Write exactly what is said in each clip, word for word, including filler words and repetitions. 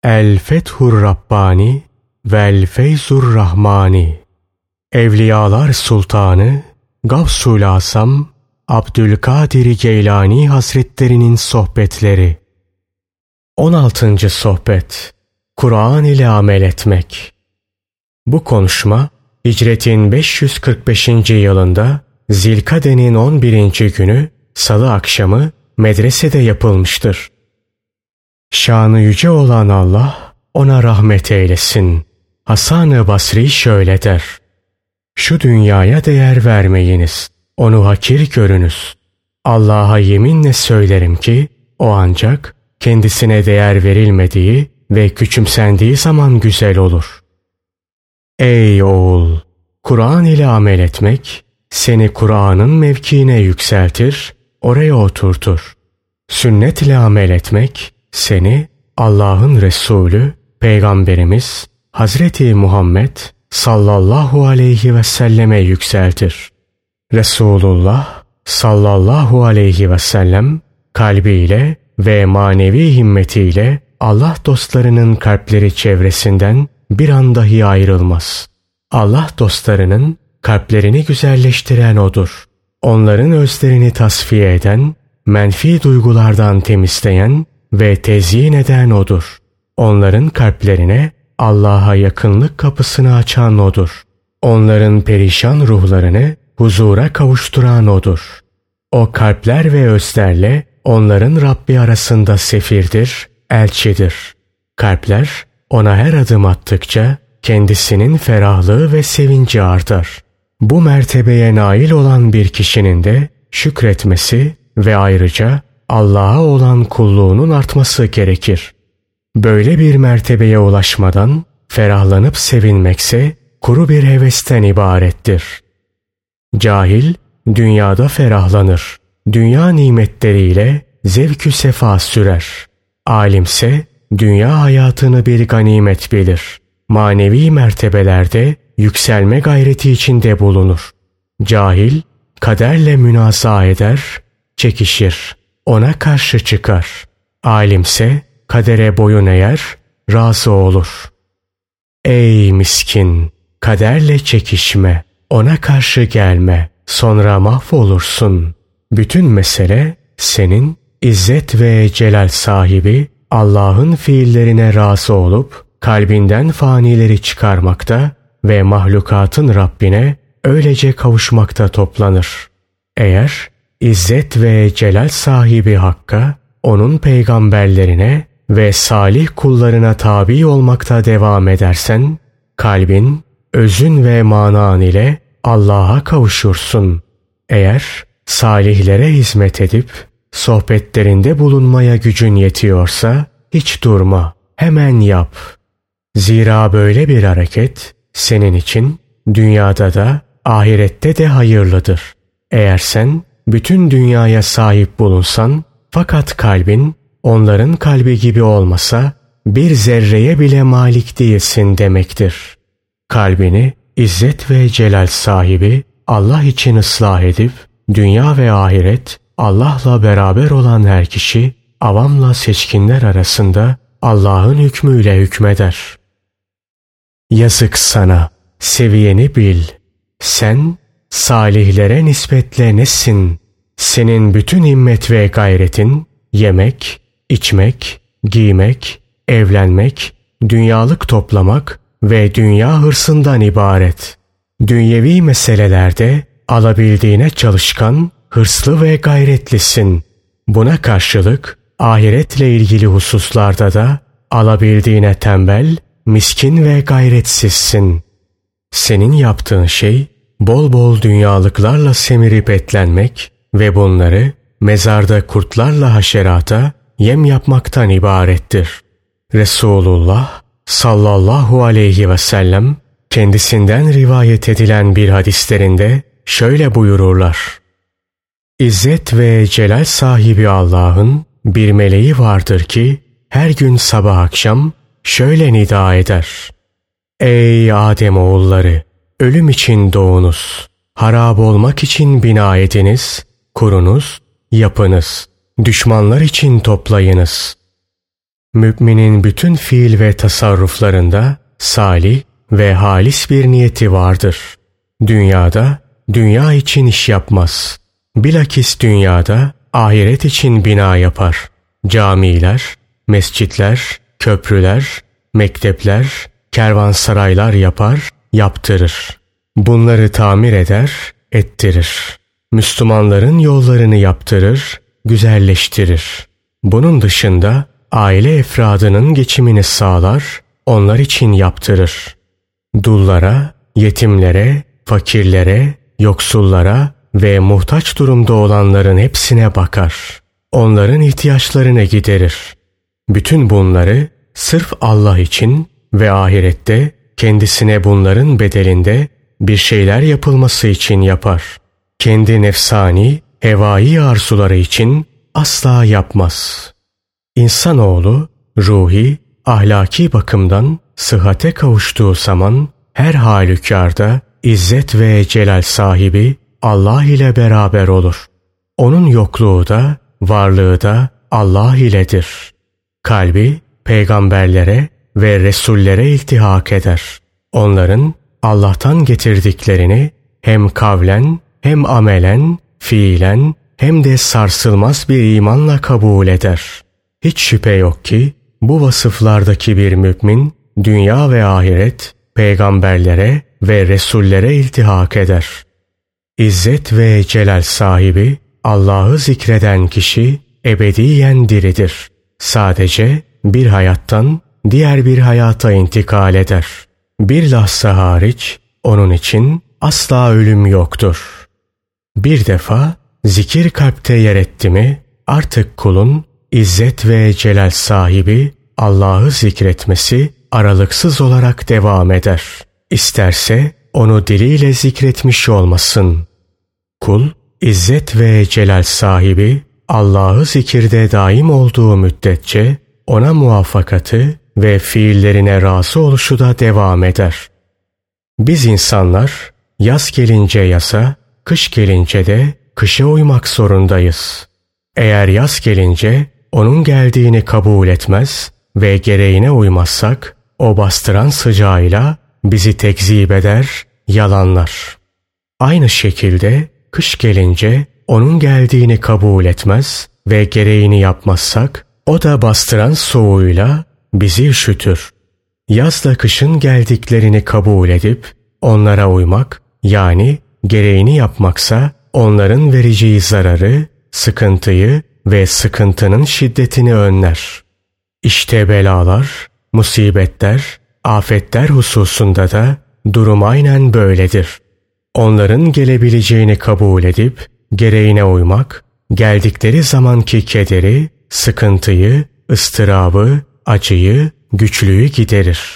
El Fethur Rabbani vel Feyzur Rahmani. Evliyalar Sultanı Gavsul Asam Abdülkadir Geylani Hazretlerinin sohbetleri. on altıncı sohbet. Kur'an ile amel etmek. Bu konuşma Hicretin beş yüz kırk beşinci yılında Zilkade'nin on birinci günü Salı akşamı medresede yapılmıştır. Şanı yüce olan Allah ona rahmet eylesin. Hasan-ı Basri şöyle der: Şu dünyaya değer vermeyiniz, onu hakir görünüz. Allah'a yeminle söylerim ki o ancak kendisine değer verilmediği ve küçümsendiği zaman güzel olur. Ey oğul! Kur'an ile amel etmek seni Kur'an'ın mevkiine yükseltir, oraya oturtur. Sünnet ile amel etmek seni Allah'ın Resulü, Peygamberimiz Hazreti Muhammed sallallahu aleyhi ve selleme yükseltir. Resulullah sallallahu aleyhi ve sellem kalbiyle ve manevi himmetiyle Allah dostlarının kalpleri çevresinden bir an dahi ayrılmaz. Allah dostlarının kalplerini güzelleştiren O'dur. Onların özlerini tasfiye eden, menfi duygulardan temizleyen ve tezyin eden O'dur. Onların kalplerine Allah'a yakınlık kapısını açan O'dur. Onların perişan ruhlarını huzura kavuşturan O'dur. O kalpler ve özlerle onların Rabbi arasında sefirdir, elçidir. Kalpler ona her adım attıkça kendisinin ferahlığı ve sevinci artar. Bu mertebeye nail olan bir kişinin de şükretmesi ve ayrıca Allah'a olan kulluğunun artması gerekir. Böyle bir mertebeye ulaşmadan ferahlanıp sevinmekse kuru bir hevesten ibarettir. Cahil dünyada ferahlanır, dünya nimetleriyle zevk-ü sefa sürer. Alimse dünya hayatını bir ganimet bilir. Manevi mertebelerde yükselme gayreti içinde bulunur. Cahil kaderle münazaa eder, çekişir, ona karşı çıkar. Alimse kadere boyun eğer, razı olur. Ey miskin! Kaderle çekişme, ona karşı gelme, sonra mahvolursun. Bütün mesele senin İzzet ve Celal sahibi Allah'ın fiillerine razı olup kalbinden fanileri çıkarmakta ve mahlukatın Rabbine öylece kavuşmakta toplanır. Eğer İzzet ve Celal sahibi Hakk'a, onun peygamberlerine ve salih kullarına tabi olmakta devam edersen, kalbin, özün ve manan ile Allah'a kavuşursun. Eğer salihlere hizmet edip sohbetlerinde bulunmaya gücün yetiyorsa hiç durma, hemen yap. Zira böyle bir hareket senin için dünyada da ahirette de hayırlıdır. Eğer sen bütün dünyaya sahip bulunsan fakat kalbin onların kalbi gibi olmasa bir zerreye bile malik değilsin demektir. Kalbini İzzet ve Celal sahibi Allah için ıslah edip dünya ve ahiret Allah'la beraber olan her kişi avamla seçkinler arasında Allah'ın hükmüyle hükmeder. Yazık sana, seviyeni bil. Sen salihlere nispetle nesin? Senin bütün himmet ve gayretin yemek, içmek, giymek, evlenmek, dünyalık toplamak ve dünya hırsından ibaret. Dünyevi meselelerde alabildiğine çalışkan, hırslı ve gayretlisin. Buna karşılık ahiretle ilgili hususlarda da alabildiğine tembel, miskin ve gayretsizsin. Senin yaptığın şey bol bol dünyalıklarla semirip etlenmek ve bunları mezarda kurtlarla haşerata yem yapmaktan ibarettir. Resulullah sallallahu aleyhi ve sellem kendisinden rivayet edilen bir hadislerinde şöyle buyururlar: İzzet ve Celal sahibi Allah'ın bir meleği vardır ki her gün sabah akşam şöyle nida eder: Ey Adem oğulları! Ölüm için doğunuz, harap olmak için bina ediniz, kurunuz, yapınız, düşmanlar için toplayınız. Müminin bütün fiil ve tasarruflarında salih ve halis bir niyeti vardır. Dünyada dünya için iş yapmaz. Bilakis dünyada ahiret için bina yapar. Camiler, mescitler, köprüler, mektepler, kervansaraylar yapar, yaptırır. Bunları tamir eder, ettirir. Müslümanların yollarını yaptırır, güzelleştirir. Bunun dışında aile efradının geçimini sağlar, onlar için yaptırır. Dullara, yetimlere, fakirlere, yoksullara ve muhtaç durumda olanların hepsine bakar. Onların ihtiyaçlarını giderir. Bütün bunları sırf Allah için ve ahirette kendisine bunların bedelinde bir şeyler yapılması için yapar. Kendi nefsani, hevai arzuları için asla yapmaz. İnsanoğlu ruhi, ahlaki bakımdan sıhhate kavuştuğu zaman her halükarda izzet ve celal sahibi Allah ile beraber olur. Onun yokluğu da, varlığı da Allah iledir. Kalbi peygamberlere ve resullere iltihak eder. Onların Allah'tan getirdiklerini hem kavlen hem amelen, fiilen hem de sarsılmaz bir imanla kabul eder. Hiç şüphe yok ki bu vasıflardaki bir mümin dünya ve ahiret peygamberlere ve resullere iltihak eder. İzzet ve celal sahibi Allah'ı zikreden kişi ebediyen diridir. Sadece bir hayattan diğer bir hayata intikal eder. Bir lahza hariç onun için asla ölüm yoktur. Bir defa zikir kalpte yer etti mi artık kulun İzzet ve celal sahibi Allah'ı zikretmesi aralıksız olarak devam eder. İsterse onu diliyle zikretmiş olmasın. Kul, İzzet ve celal sahibi Allah'ı zikirde daim olduğu müddetçe ona muvaffakatı ve fiillerine razı oluşu da devam eder. Biz insanlar yaz gelince yaza, kış gelince de kışa uymak zorundayız. Eğer yaz gelince onun geldiğini kabul etmez ve gereğine uymazsak o bastıran sıcağıyla bizi tekzip eder, yalanlar. Aynı şekilde kış gelince onun geldiğini kabul etmez ve gereğini yapmazsak o da bastıran soğuğuyla bizi üşütür. Yazla kışın geldiklerini kabul edip onlara uymak, yani gereğini yapmaksa onların vereceği zararı, sıkıntıyı ve sıkıntının şiddetini önler. İşte belalar, musibetler, afetler hususunda da durum aynen böyledir. Onların gelebileceğini kabul edip gereğine uymak, geldikleri zamanki kederi, sıkıntıyı, ıstırabı, acıyı, güçlüğü giderir.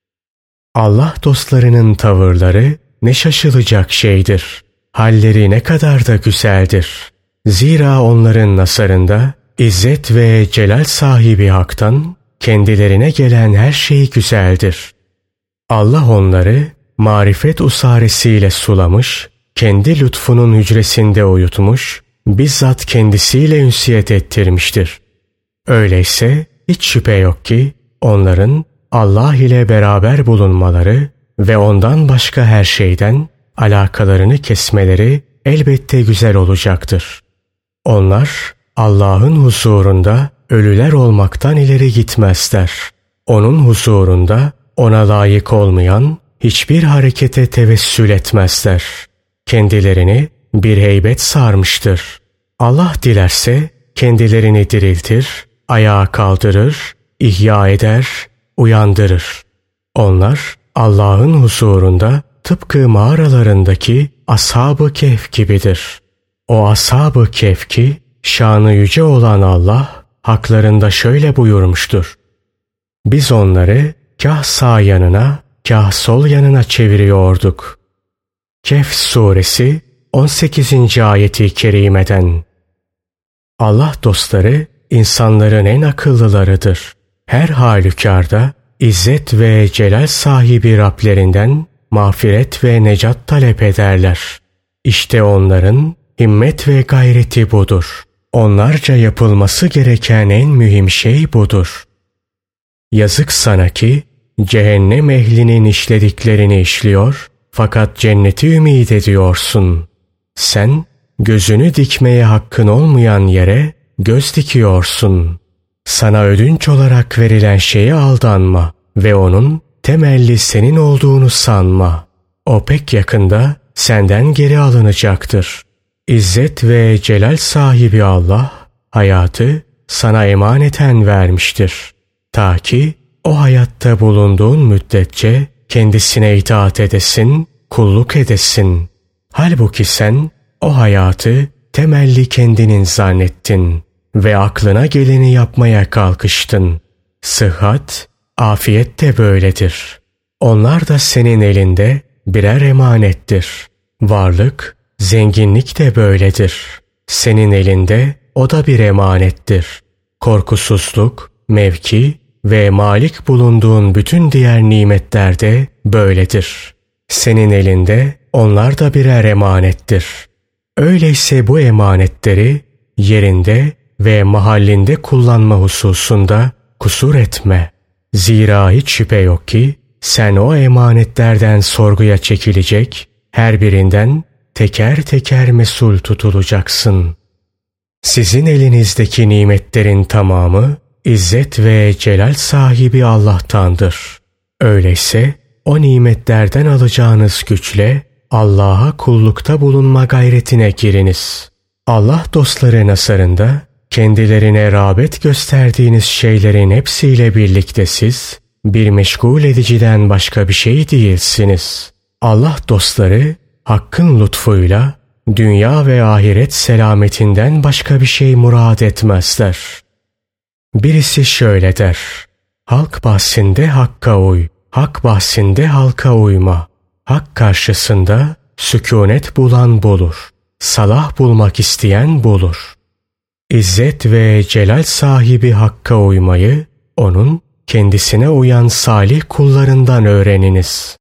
Allah dostlarının tavırları ne şaşılacak şeydir. Halleri ne kadar da güzeldir. Zira onların nazarında İzzet ve celal sahibi Hak'tan kendilerine gelen her şey güzeldir. Allah onları marifet usaresiyle sulamış, kendi lütfunun hücresinde uyutmuş, bizzat kendisiyle ünsiyet ettirmiştir. Öyleyse hiç şüphe yok ki onların Allah ile beraber bulunmaları ve ondan başka her şeyden alakalarını kesmeleri elbette güzel olacaktır. Onlar Allah'ın huzurunda ölüler olmaktan ileri gitmezler. Onun huzurunda ona layık olmayan hiçbir harekete tevessül etmezler. Kendilerini bir heybet sarmıştır. Allah dilerse kendilerini diriltir, ayağa kaldırır, ihya eder, uyandırır. Onlar Allah'ın huzurunda tıpkı mağaralarındaki Ashab-ı Kehf gibidir. O Ashab-ı Kehf ki şanı yüce olan Allah haklarında şöyle buyurmuştur. Biz onları kah sağ yanına, kah sol yanına çeviriyorduk. Kehf suresi on sekizinci ayeti kerimeden. Allah dostları insanların en akıllılarıdır. Her halükarda İzzet ve celal sahibi Rablerinden mağfiret ve necat talep ederler. İşte onların himmet ve gayreti budur. Onlarca yapılması gereken en mühim şey budur. Yazık sana ki cehennem ehlinin işlediklerini işliyor fakat cenneti ümit ediyorsun. Sen gözünü dikmeye hakkın olmayan yere göz dikiyorsun. Sana ödünç olarak verilen şeye aldanma ve onun temelli senin olduğunu sanma. O pek yakında senden geri alınacaktır. İzzet ve celal sahibi Allah hayatı sana emaneten vermiştir. Ta ki o hayatta bulunduğun müddetçe kendisine itaat edesin, kulluk edesin. Halbuki sen o hayatı temelli kendinin zannettin ve aklına geleni yapmaya kalkıştın. Sıhhat, afiyet de böyledir. Onlar da senin elinde birer emanettir. Varlık, zenginlik de böyledir. Senin elinde o da bir emanettir. Korkusuzluk, mevki ve malik bulunduğun bütün diğer nimetler de böyledir. Senin elinde onlar da birer emanettir. Öyleyse bu emanetleri yerinde ve mahallinde kullanma hususunda kusur etme. Zira hiç şüphe yok ki sen o emanetlerden sorguya çekilecek, her birinden teker teker mesul tutulacaksın. Sizin elinizdeki nimetlerin tamamı İzzet ve celal sahibi Allah'tandır. Öyleyse o nimetlerden alacağınız güçle Allah'a kullukta bulunma gayretine giriniz. Allah dostları nazarında kendilerine rağbet gösterdiğiniz şeylerin hepsiyle birlikte siz bir meşgul ediciden başka bir şey değilsiniz. Allah dostları Hakk'ın lütfuyla dünya ve ahiret selametinden başka bir şey murad etmezler. Birisi şöyle der: halk bahsinde Hakk'a uy, hak bahsinde halka uyma. Hak karşısında sükûnet bulan bulur, salah bulmak isteyen bulur. İzzet ve celal sahibi Hakk'a uymayı onun kendisine uyan salih kullarından öğreniniz.